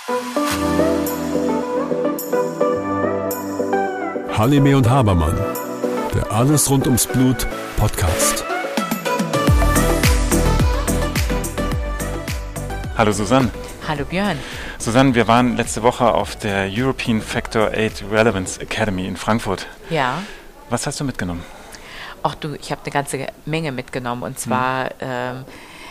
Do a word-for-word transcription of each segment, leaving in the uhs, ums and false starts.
Halime und Habermann, der Alles rund ums Blut Podcast. Hallo Susanne. Hallo Björn. Susanne, wir waren letzte Woche auf der European Factor acht Relevance Academy in Frankfurt. Ja. Was hast du mitgenommen? Ach du, ich habe eine ganze Menge mitgenommen und zwar hm. ähm,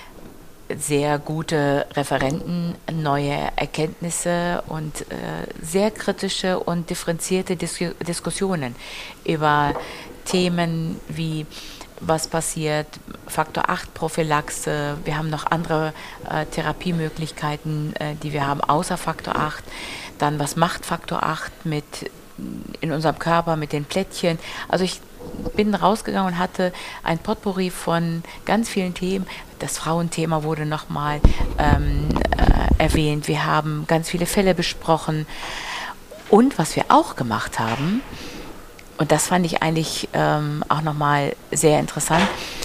sehr gute Referenten, neue Erkenntnisse und äh, sehr kritische und differenzierte Dis- Diskussionen über Themen wie was passiert, Faktor acht Prophylaxe, wir haben noch andere äh, Therapiemöglichkeiten, äh, die wir haben außer Faktor acht, dann was macht Faktor acht mit in unserem Körper, mit den Plättchen. Also ich bin rausgegangen und hatte ein Potpourri von ganz vielen Themen. Das Frauenthema wurde nochmal ähm, äh, erwähnt. Wir haben ganz viele Fälle besprochen. Und was wir auch gemacht haben, und das fand ich eigentlich ähm, auch nochmal sehr interessant,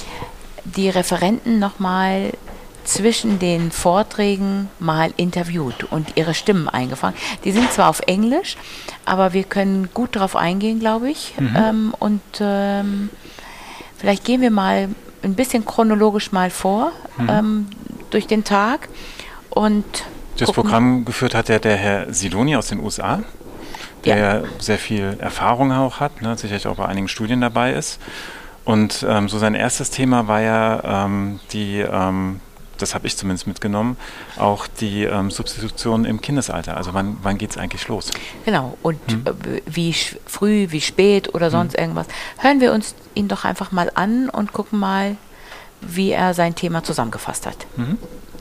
die Referenten nochmal zwischen den Vorträgen mal interviewt und ihre Stimmen eingefangen. Die sind zwar auf Englisch, aber wir können gut darauf eingehen, glaube ich. Mhm. Ähm, und ähm, vielleicht gehen wir mal ein bisschen chronologisch mal vor mhm. ähm, durch den Tag. Und das Programm geführt hat ja der Herr Sidoni aus den U S A, der ja sehr viel Erfahrung auch hat, ne, sicherlich auch bei einigen Studien dabei ist. Und ähm, so sein erstes Thema war ja ähm, die ähm, das habe ich zumindest mitgenommen, auch die ähm, Substitution im Kindesalter. Also wann, wann geht es eigentlich los? Genau, und hm. äh, wie sch- früh, wie spät oder sonst hm. irgendwas. Hören wir uns ihn doch einfach mal an und gucken mal, wie er sein Thema zusammengefasst hat. Mhm.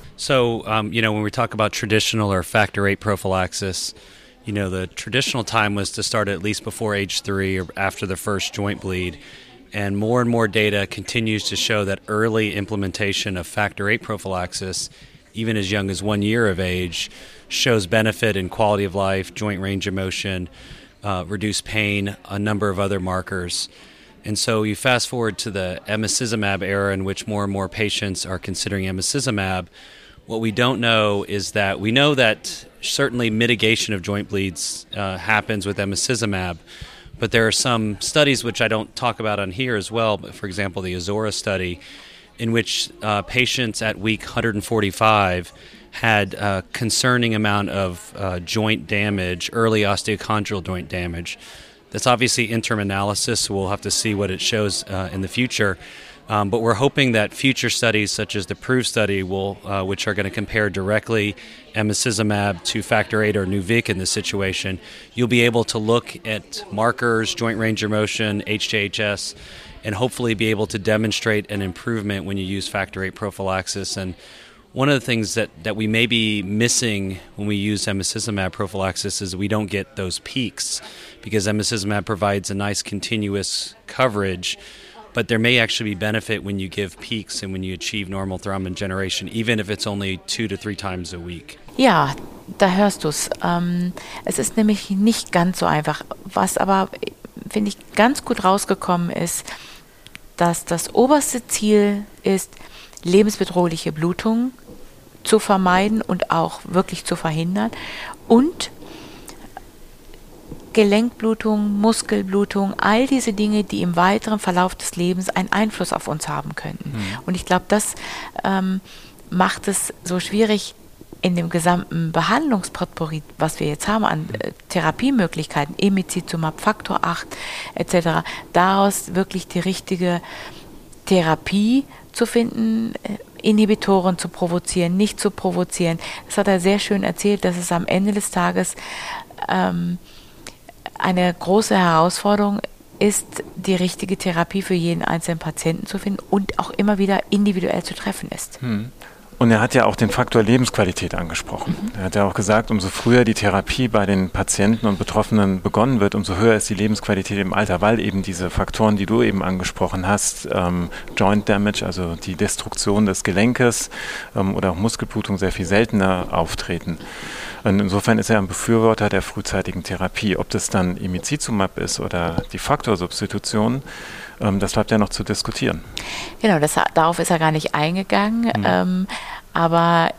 So, um, you know, when we talk about traditional or factor eight prophylaxis, you know, the traditional time was to start at least before age three or after the first joint bleed. And more and more data continues to show that early implementation of factor eight prophylaxis, even as young as one year of age, shows benefit in quality of life, joint range of motion, uh, reduced pain, a number of other markers. And so you fast forward to the emicizumab era in which more and more patients are considering emicizumab. What we don't know is that we know that certainly mitigation of joint bleeds uh, happens with emicizumab. But there are some studies which I don't talk about on here as well, but for example, the Azora study, in which uh, patients at week one hundred forty-five had a concerning amount of uh, joint damage, early osteochondral joint damage. That's obviously interim analysis, so we'll have to see what it shows uh, in the future. Um, but we're hoping that future studies, such as the PROVE study, will, uh, which are going to compare directly emicizumab to factor eight or Nuvic in this situation, you'll be able to look at markers, joint range of motion, H J H S, and hopefully be able to demonstrate an improvement when you use factor eight prophylaxis. And one of the things that, that we may be missing when we use emicizumab prophylaxis is we don't get those peaks, because emicizumab provides a nice continuous coverage. But there may actually be benefit when you give peaks and when you achieve normal thrombin generation, even if it's only two to three times a week. Ja, da hörst du es. Ähm, es ist nämlich nicht ganz so einfach. Was aber, finde ich, ganz gut rausgekommen ist, dass das oberste Ziel ist, lebensbedrohliche Blutungen zu vermeiden und auch wirklich zu verhindern und Gelenkblutung, Muskelblutung, all diese Dinge, die im weiteren Verlauf des Lebens einen Einfluss auf uns haben könnten. Mhm. Und ich glaube, das ähm, macht es so schwierig, in dem gesamten Behandlungspotpourri, was wir jetzt haben an äh, Therapiemöglichkeiten, Emicizumab, Faktor acht et cetera, daraus wirklich die richtige Therapie zu finden, äh, Inhibitoren zu provozieren, nicht zu provozieren. Das hat er sehr schön erzählt, dass es am Ende des Tages ähm, eine große Herausforderung ist, die richtige Therapie für jeden einzelnen Patienten zu finden und auch immer wieder individuell zu treffen ist. Hm. Und er hat ja auch den Faktor Lebensqualität angesprochen. Mhm. Er hat ja auch gesagt, umso früher die Therapie bei den Patienten und Betroffenen begonnen wird, umso höher ist die Lebensqualität im Alter, weil eben diese Faktoren, die du eben angesprochen hast, ähm, Joint Damage, also die Destruktion des Gelenkes ähm, oder auch Muskelblutung sehr viel seltener auftreten. Und insofern ist er ein Befürworter der frühzeitigen Therapie. Ob das dann Emicizumab ist oder die Faktorsubstitution, ähm, das bleibt ja noch zu diskutieren. Genau, das, darauf ist er gar nicht eingegangen. Mhm. Ähm, aber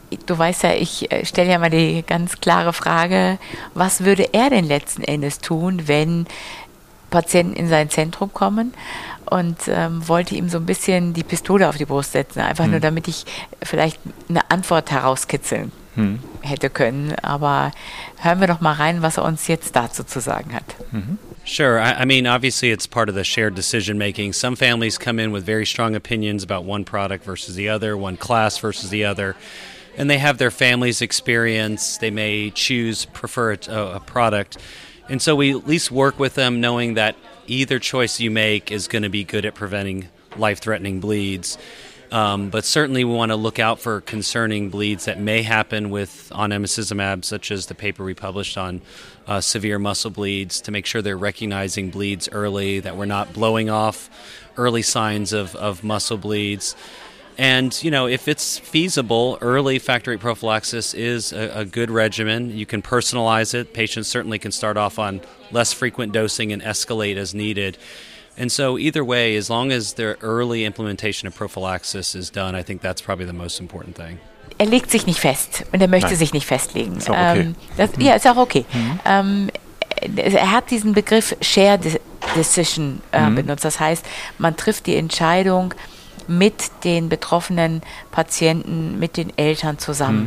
du weißt ja, ich stelle ja mal die ganz klare Frage, was würde er denn letzten Endes tun, wenn Patienten in sein Zentrum kommen? Und ähm, wollte ihm so ein bisschen die Pistole auf die Brust setzen, einfach hm. nur damit ich vielleicht eine Antwort herauskitzeln hm. hätte können. Aber hören wir doch mal rein, was er uns jetzt dazu zu sagen hat. Mhm. Sure. I, I mean, obviously it's part of the shared decision making. Some families come in with very strong opinions about one product versus the other, one class versus the other. And they have their family's experience. They may choose, prefer a, a product. And so we at least work with them knowing that either choice you make is going to be good at preventing life-threatening bleeds. Um, but certainly we want to look out for concerning bleeds that may happen with on emicizumab, such as the paper we published on uh, severe muscle bleeds, to make sure they're recognizing bleeds early, that we're not blowing off early signs of, of muscle bleeds. And, you know, if it's feasible, early factor eight prophylaxis is a, a good regimen. You can personalize it. Patients certainly can start off on less frequent dosing and escalate as needed. And so either way, as long as the early implementation of prophylaxis is done, I think that's probably the most important thing. Er legt sich nicht fest und er möchte Nein. sich nicht festlegen. Ist auch okay. Ähm, das, mhm. Ja, ist auch okay. Mhm. Ähm, er hat diesen Begriff Share Decision äh, mhm. benutzt. Das heißt, man trifft die Entscheidung mit den betroffenen Patienten, mit den Eltern zusammen.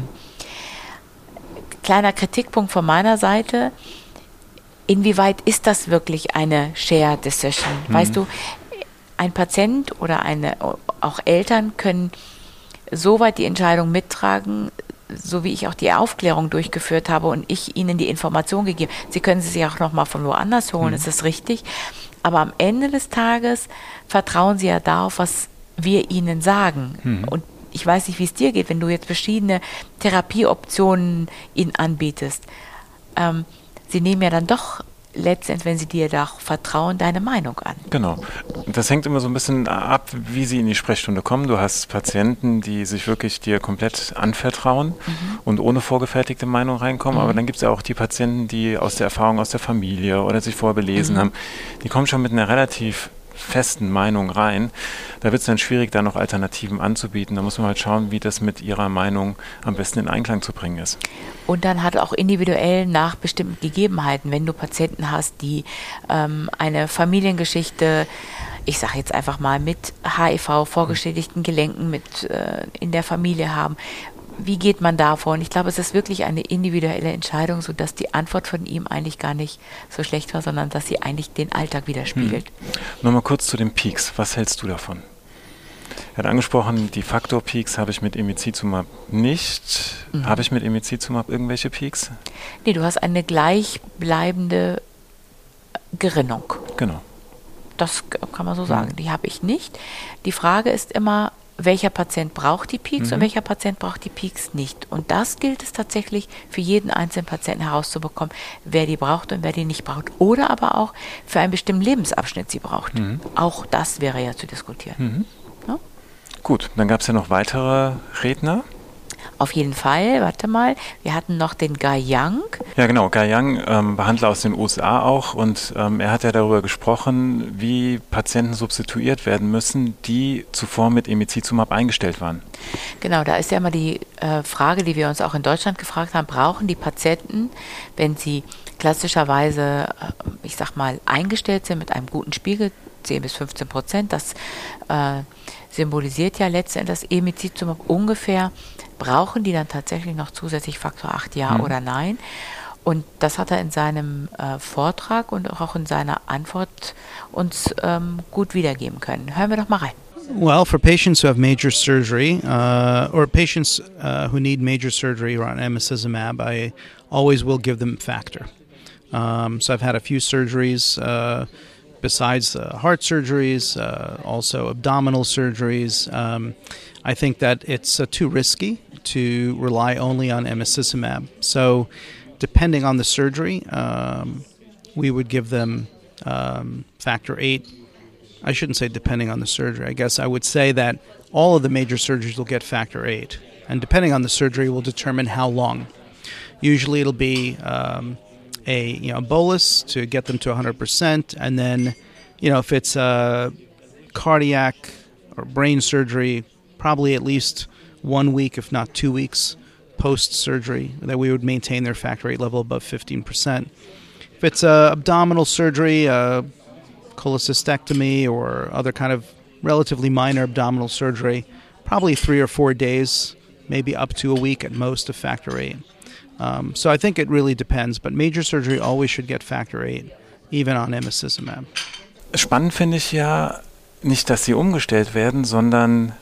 Mhm. Kleiner Kritikpunkt von meiner Seite: Inwieweit ist das wirklich eine Shared Decision? Mhm. Weißt du, ein Patient oder eine, auch Eltern können so weit die Entscheidung mittragen, so wie ich auch die Aufklärung durchgeführt habe und ich ihnen die Information gegeben. Sie können sie sich auch noch mal von woanders holen, mhm. ist das richtig? Aber am Ende des Tages vertrauen sie ja darauf, was wir ihnen sagen. Mhm. Und ich weiß nicht, wie es dir geht, wenn du jetzt verschiedene Therapieoptionen ihnen anbietest. Ähm, sie nehmen ja dann doch letztendlich, wenn sie dir da vertrauen, deine Meinung an. Genau. Das hängt immer so ein bisschen ab, wie sie in die Sprechstunde kommen. Du hast Patienten, die sich wirklich dir komplett anvertrauen mhm. und ohne vorgefertigte Meinung reinkommen. Mhm. Aber dann gibt es ja auch die Patienten, die aus der Erfahrung aus der Familie oder sich vorher belesen mhm. haben. Die kommen schon mit einer relativ festen Meinung rein. Da wird es dann schwierig, da noch Alternativen anzubieten. Da muss man halt schauen, wie das mit ihrer Meinung am besten in Einklang zu bringen ist. Und dann hat auch individuell nach bestimmten Gegebenheiten, wenn du Patienten hast, die ähm, eine Familiengeschichte, ich sage jetzt einfach mal, mit H I V, vorgeschädigten Gelenken mit äh, in der Familie haben. Wie geht man davor? Und ich glaube, es ist wirklich eine individuelle Entscheidung, sodass die Antwort von ihm eigentlich gar nicht so schlecht war, sondern dass sie eigentlich den Alltag widerspiegelt. Hm. Nochmal kurz zu den Peaks. Was hältst du davon? Er hat angesprochen, die Faktor-Peaks habe ich mit Emicizumab nicht. Mhm. Habe ich mit Emicizumab irgendwelche Peaks? Nee, du hast eine gleichbleibende Gerinnung. Genau. Das kann man so sagen. Mhm. Die habe ich nicht. Die Frage ist immer, welcher Patient braucht die Peaks mhm. und welcher Patient braucht die Peaks nicht. Und das gilt es tatsächlich für jeden einzelnen Patienten herauszubekommen, wer die braucht und wer die nicht braucht. Oder aber auch für einen bestimmten Lebensabschnitt sie braucht. Mhm. Auch das wäre ja zu diskutieren. Mhm. Ja? Gut, dann gab es ja noch weitere Redner. Auf jeden Fall, warte mal, wir hatten noch den Guy Young. Ja genau, Guy Young, ähm, Behandler aus den U S A auch, und ähm, er hat ja darüber gesprochen, wie Patienten substituiert werden müssen, die zuvor mit Emicizumab eingestellt waren. Genau, da ist ja immer die äh, Frage, die wir uns auch in Deutschland gefragt haben: Brauchen die Patienten, wenn sie klassischerweise, äh, ich sag mal, eingestellt sind mit einem guten Spiegel, zehn bis fünfzehn Prozent, das äh, symbolisiert ja letztendlich das Emicizumab ungefähr, brauchen die dann tatsächlich noch zusätzlich Faktor acht, ja mhm. oder nein? Und das hat er in seinem äh, Vortrag und auch in seiner Antwort uns ähm, gut wiedergeben können. Hören wir doch mal rein. Well, for patients who have major surgery, uh, or patients uh, who need major surgery on emicizumab, I always will give them factor. Um, so I've had a few surgeries, uh, besides uh, heart surgeries, uh, also abdominal surgeries. Um, I think that it's uh, too risky to rely only on emicizumab. So depending on the surgery, um, we would give them um, factor eight. I shouldn't say depending on the surgery. I guess I would say that all of the major surgeries will get factor eight. And depending on the surgery will determine how long. Usually it'll be um, a you know bolus to get them to one hundred percent. And then, you know, if it's a cardiac or brain surgery, probably at least one week, if not two weeks, post-surgery, that we would maintain their factor eight level above fifteen percent. If it's a abdominal surgery, a cholecystectomy, or other kind of relatively minor abdominal surgery, probably three or four days, maybe up to a week at most of factor eight. Um, so I think it really depends, but major surgery always should get factor eight, even on emicizumab. Spannend finde ich ja nicht, dass sie umgestellt werden, sondern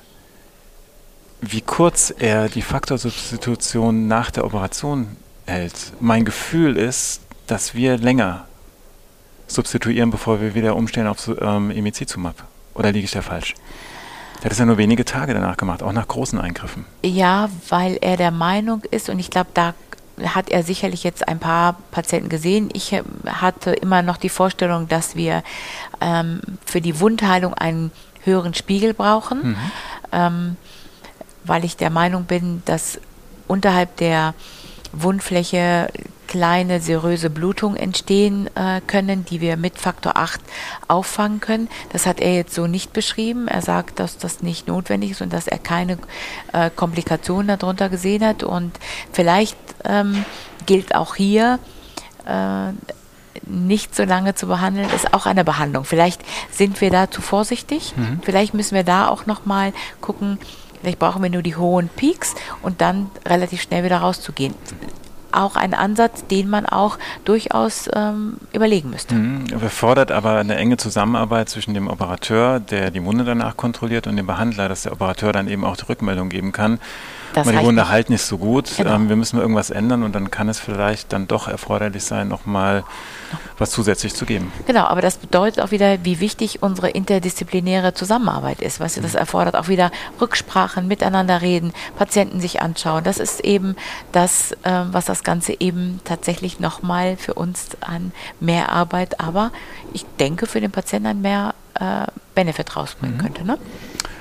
wie kurz er die Faktorsubstitution nach der Operation hält. Mein Gefühl ist, dass wir länger substituieren, bevor wir wieder umstellen auf ähm, Emicizumab. Oder liege ich da falsch? Der hat es ja nur wenige Tage danach gemacht, auch nach großen Eingriffen. Ja, weil er der Meinung ist, und ich glaube, da hat er sicherlich jetzt ein paar Patienten gesehen. Ich hatte immer noch die Vorstellung, dass wir ähm, für die Wundheilung einen höheren Spiegel brauchen, mhm. ähm, weil ich der Meinung bin, dass unterhalb der Wundfläche kleine seröse Blutungen entstehen äh, können, die wir mit Faktor acht auffangen können. Das hat er jetzt so nicht beschrieben. Er sagt, dass das nicht notwendig ist und dass er keine äh, Komplikationen darunter gesehen hat. Und vielleicht ähm, gilt auch hier, äh, nicht so lange zu behandeln, ist auch eine Behandlung. Vielleicht sind wir da zu vorsichtig. Mhm. Vielleicht müssen wir da auch nochmal gucken, vielleicht brauchen wir nur die hohen Peaks und dann relativ schnell wieder rauszugehen. Auch ein Ansatz, den man auch durchaus ähm, überlegen müsste. Mhm. Er fordert aber eine enge Zusammenarbeit zwischen dem Operateur, der die Wunde danach kontrolliert, und dem Behandler, dass der Operateur dann eben auch die Rückmeldung geben kann. Das die Wunde nicht. Halt nicht so gut, genau. ähm, wir müssen irgendwas ändern, und dann kann es vielleicht dann doch erforderlich sein, nochmal was zusätzlich zu geben. Genau, aber das bedeutet auch wieder, wie wichtig unsere interdisziplinäre Zusammenarbeit ist. Weißt du, das erfordert auch wieder Rücksprachen, miteinander reden, Patienten sich anschauen. Das ist eben das, äh, was das Ganze eben tatsächlich nochmal für uns an mehr Arbeit, aber ich denke für den Patienten an mehr äh, Benefit rausbringen mhm. könnte. Ne?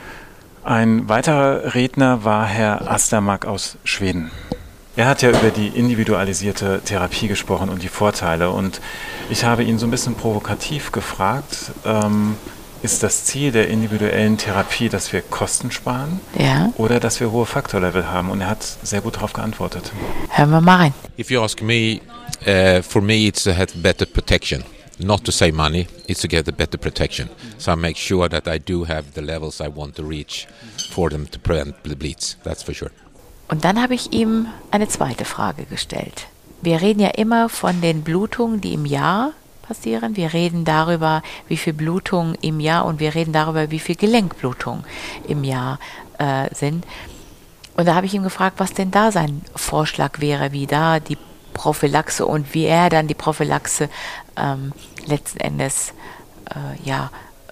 Ein weiterer Redner war Herr Astermark aus Schweden. Er hat ja über die individualisierte Therapie gesprochen und die Vorteile. Und ich habe ihn so ein bisschen provokativ gefragt, ähm, ist das Ziel der individuellen Therapie, dass wir Kosten sparen ja. oder dass wir hohe Faktorlevel haben? Und er hat sehr gut darauf geantwortet. Hören wir mal rein. If you ask me, uh, for me it's to have better protection. Not to save money, it's to get a better protection. So I make sure that I do have the levels I want to reach for them to prevent the bleeds. That's for sure. Und dann habe ich ihm eine zweite Frage gestellt. Wir reden ja immer von den Blutungen, die im Jahr passieren. Wir reden darüber, wie viel Blutungen im Jahr, und wir reden darüber, wie viel Gelenkblutungen im Jahr äh, sind. Und da habe ich ihm gefragt, was denn da sein Vorschlag wäre, wie da die Prophylaxe und wie er dann die Prophylaxe ähm, letzten Endes äh, ja,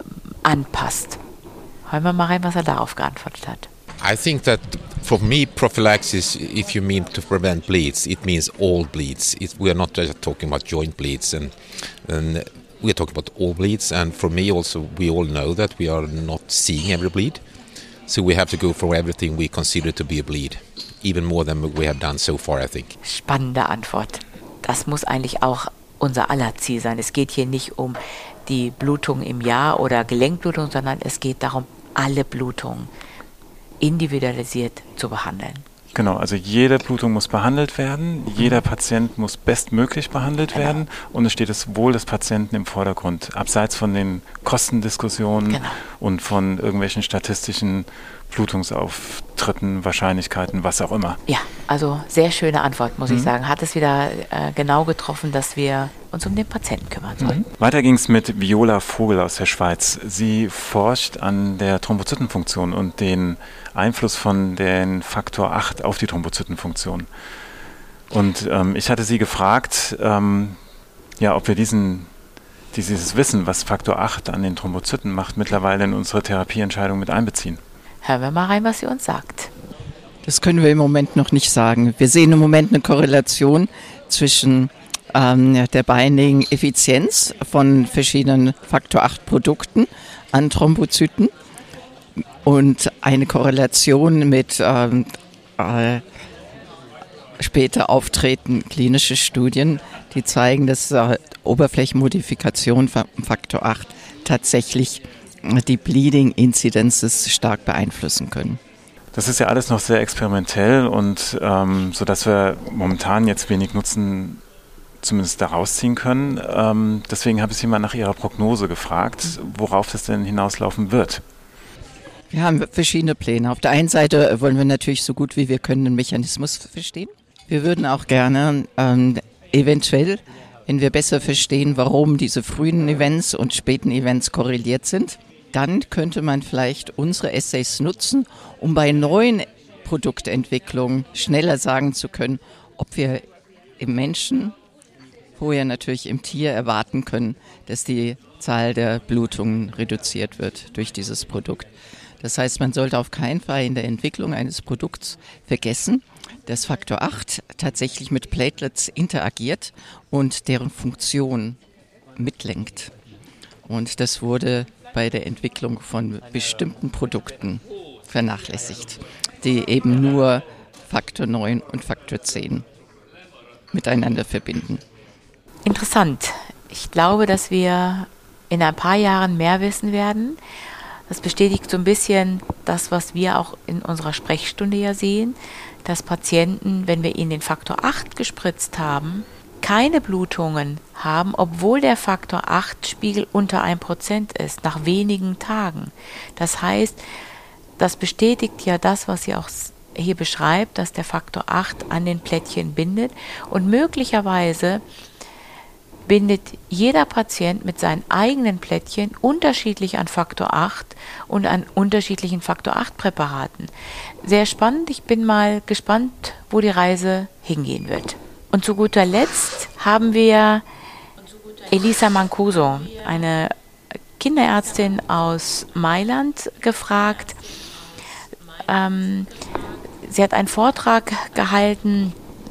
anpasst. Hören wir mal rein, was er darauf geantwortet hat. I think that for me, prophylaxis, if you mean to prevent bleeds, it means all bleeds. It, we are not just talking about joint bleeds, and, and we are talking about all bleeds. And for me also, we all know that we are not seeing every bleed. So we have to go for everything we consider to be a bleed. Even more than we have done so far, I think. Spannende Antwort. Das muss eigentlich auch unser aller Ziel sein. Es geht hier nicht um die Blutung im Jahr oder Gelenkblutung, sondern es geht darum, alle Blutungen individualisiert zu behandeln. Genau, also jede Blutung muss behandelt werden, jeder Patient muss bestmöglich behandelt genau. werden, und es steht das Wohl des Patienten im Vordergrund, abseits von den Kostendiskussionen genau. und von irgendwelchen statistischen Blutungsauftritten, Wahrscheinlichkeiten, was auch immer. Ja, also sehr schöne Antwort, muss mhm. ich sagen. Hat es wieder äh, genau getroffen, dass wir uns um den Patienten kümmern sollen. Mhm. Weiter ging es mit Viola Vogel aus der Schweiz. Sie forscht an der Thrombozytenfunktion und den Einfluss von den Faktor acht auf die Thrombozytenfunktion. Und ähm, ich hatte sie gefragt, ähm, ja, ob wir diesen, dieses Wissen, was Faktor acht an den Thrombozyten macht, mittlerweile in unsere Therapieentscheidung mit einbeziehen. Hören wir mal rein, was sie uns sagt. Das können wir im Moment noch nicht sagen. Wir sehen im Moment eine Korrelation zwischen ähm, der Binding-Effizienz von verschiedenen Faktor acht Produkten an Thrombozyten und eine Korrelation mit ähm, äh, später auftreten klinische Studien, die zeigen, dass äh, Oberflächenmodifikation von Faktor acht tatsächlich die Bleeding Incidences stark beeinflussen können. Das ist ja alles noch sehr experimentell und ähm, so dass wir momentan jetzt wenig Nutzen zumindest daraus ziehen können. Ähm, deswegen habe ich Sie mal nach Ihrer Prognose gefragt, worauf das denn hinauslaufen wird. Wir haben verschiedene Pläne. Auf der einen Seite wollen wir natürlich so gut wie wir können den Mechanismus verstehen. Wir würden auch gerne ähm, eventuell, wenn wir besser verstehen, warum diese frühen Events und späten Events korreliert sind, dann könnte man vielleicht unsere Assays nutzen, um bei neuen Produktentwicklungen schneller sagen zu können, ob wir im Menschen, vorher natürlich im Tier erwarten können, dass die Zahl der Blutungen reduziert wird durch dieses Produkt. Das heißt, man sollte auf keinen Fall in der Entwicklung eines Produkts vergessen, dass Faktor acht tatsächlich mit Platelets interagiert und deren Funktion mitlenkt. Und das wurde bei der Entwicklung von bestimmten Produkten vernachlässigt, die eben nur Faktor neun und Faktor zehn miteinander verbinden. Interessant. Ich glaube, dass wir in ein paar Jahren mehr wissen werden. Das bestätigt so ein bisschen das, was wir auch in unserer Sprechstunde ja sehen, dass Patienten, wenn wir ihnen den Faktor acht gespritzt haben, keine Blutungen haben, obwohl der Faktor acht Spiegel unter ein Prozent ist, nach wenigen Tagen. Das heißt, das bestätigt ja das, was sie auch hier beschreibt, dass der Faktor acht an den Plättchen bindet und möglicherweise bindet jeder Patient mit seinen eigenen Plättchen unterschiedlich an Faktor acht und an unterschiedlichen Faktor acht Präparaten. Sehr spannend, ich bin mal gespannt, wo die Reise hingehen wird. Und zu guter Letzt haben wir Elisa Mancuso, eine Kinderärztin aus Mailand, gefragt. Ähm, sie hat einen Vortrag gehalten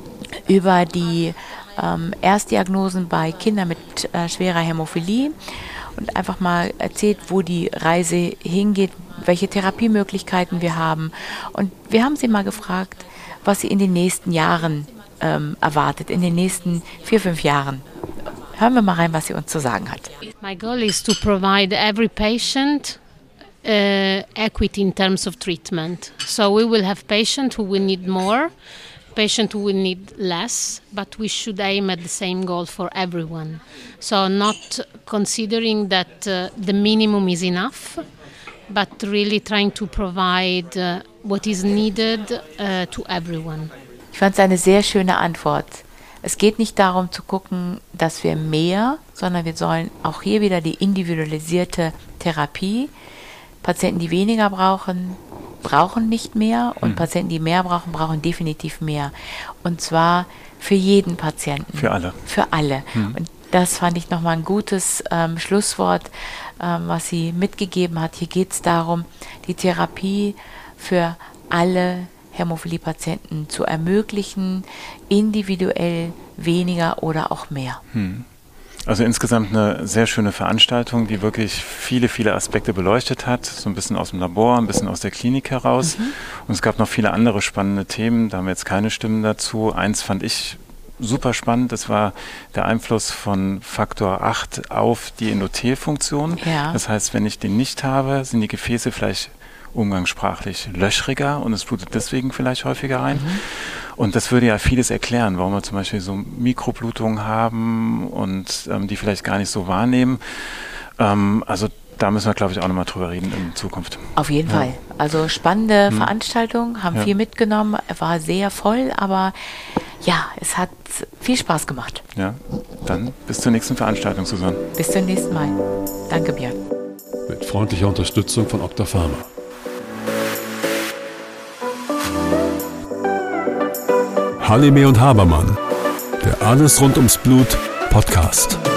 über die Ähm, Erstdiagnosen bei Kindern mit äh, schwerer Hämophilie und einfach mal erzählt, wo die Reise hingeht, welche Therapiemöglichkeiten wir haben. Und wir haben sie mal gefragt, was sie in den nächsten Jahren ähm, erwartet, in den nächsten vier, fünf Jahren. Hören wir mal rein, was sie uns zu sagen hat. My goal is to provide every patient uh, equity in terms of treatment. So we will have patients who will need more, patient who will need less, but we should aim at the same goal for everyone. So not considering that uh, the minimum is enough, but really trying to provide uh, what is needed uh, to everyone. Ich fand es eine sehr schöne Antwort. Es geht nicht darum zu gucken, dass wir mehr, sondern wir sollen auch hier wieder die individualisierte Therapie. Patienten, die weniger brauchen, brauchen nicht mehr und mhm. Patienten, die mehr brauchen, brauchen definitiv mehr. Und zwar für jeden Patienten. Für alle. Für alle. Mhm. Und das fand ich nochmal ein gutes ähm, Schlusswort, ähm, was sie mitgegeben hat. Hier geht es darum, die Therapie für alle Hämophilie-Patienten zu ermöglichen, individuell weniger oder auch mehr. Mhm. Also insgesamt eine sehr schöne Veranstaltung, die wirklich viele, viele Aspekte beleuchtet hat. So ein bisschen aus dem Labor, ein bisschen aus der Klinik heraus. Mhm. Und es gab noch viele andere spannende Themen, da haben wir jetzt keine Stimmen dazu. Eins fand ich super spannend, das war der Einfluss von Faktor acht auf die Endothelfunktion. Ja. Das heißt, wenn ich den nicht habe, sind die Gefäße vielleicht umgangssprachlich löchriger und es blutet deswegen vielleicht häufiger rein. Mhm. Und das würde ja vieles erklären, warum wir zum Beispiel so Mikroblutungen haben und ähm, die vielleicht gar nicht so wahrnehmen. Ähm, also da müssen wir, glaube ich, auch nochmal drüber reden in Zukunft. Auf jeden ja. Fall. Also spannende hm. Veranstaltung, haben ja. viel mitgenommen, war sehr voll, aber ja, es hat viel Spaß gemacht. Ja, dann bis zur nächsten Veranstaltung, Susanne. Bis zum nächsten Mal. Danke, Björn. Mit freundlicher Unterstützung von Octapharma. Halime und Habermann, der Alles rund ums Blut Podcast.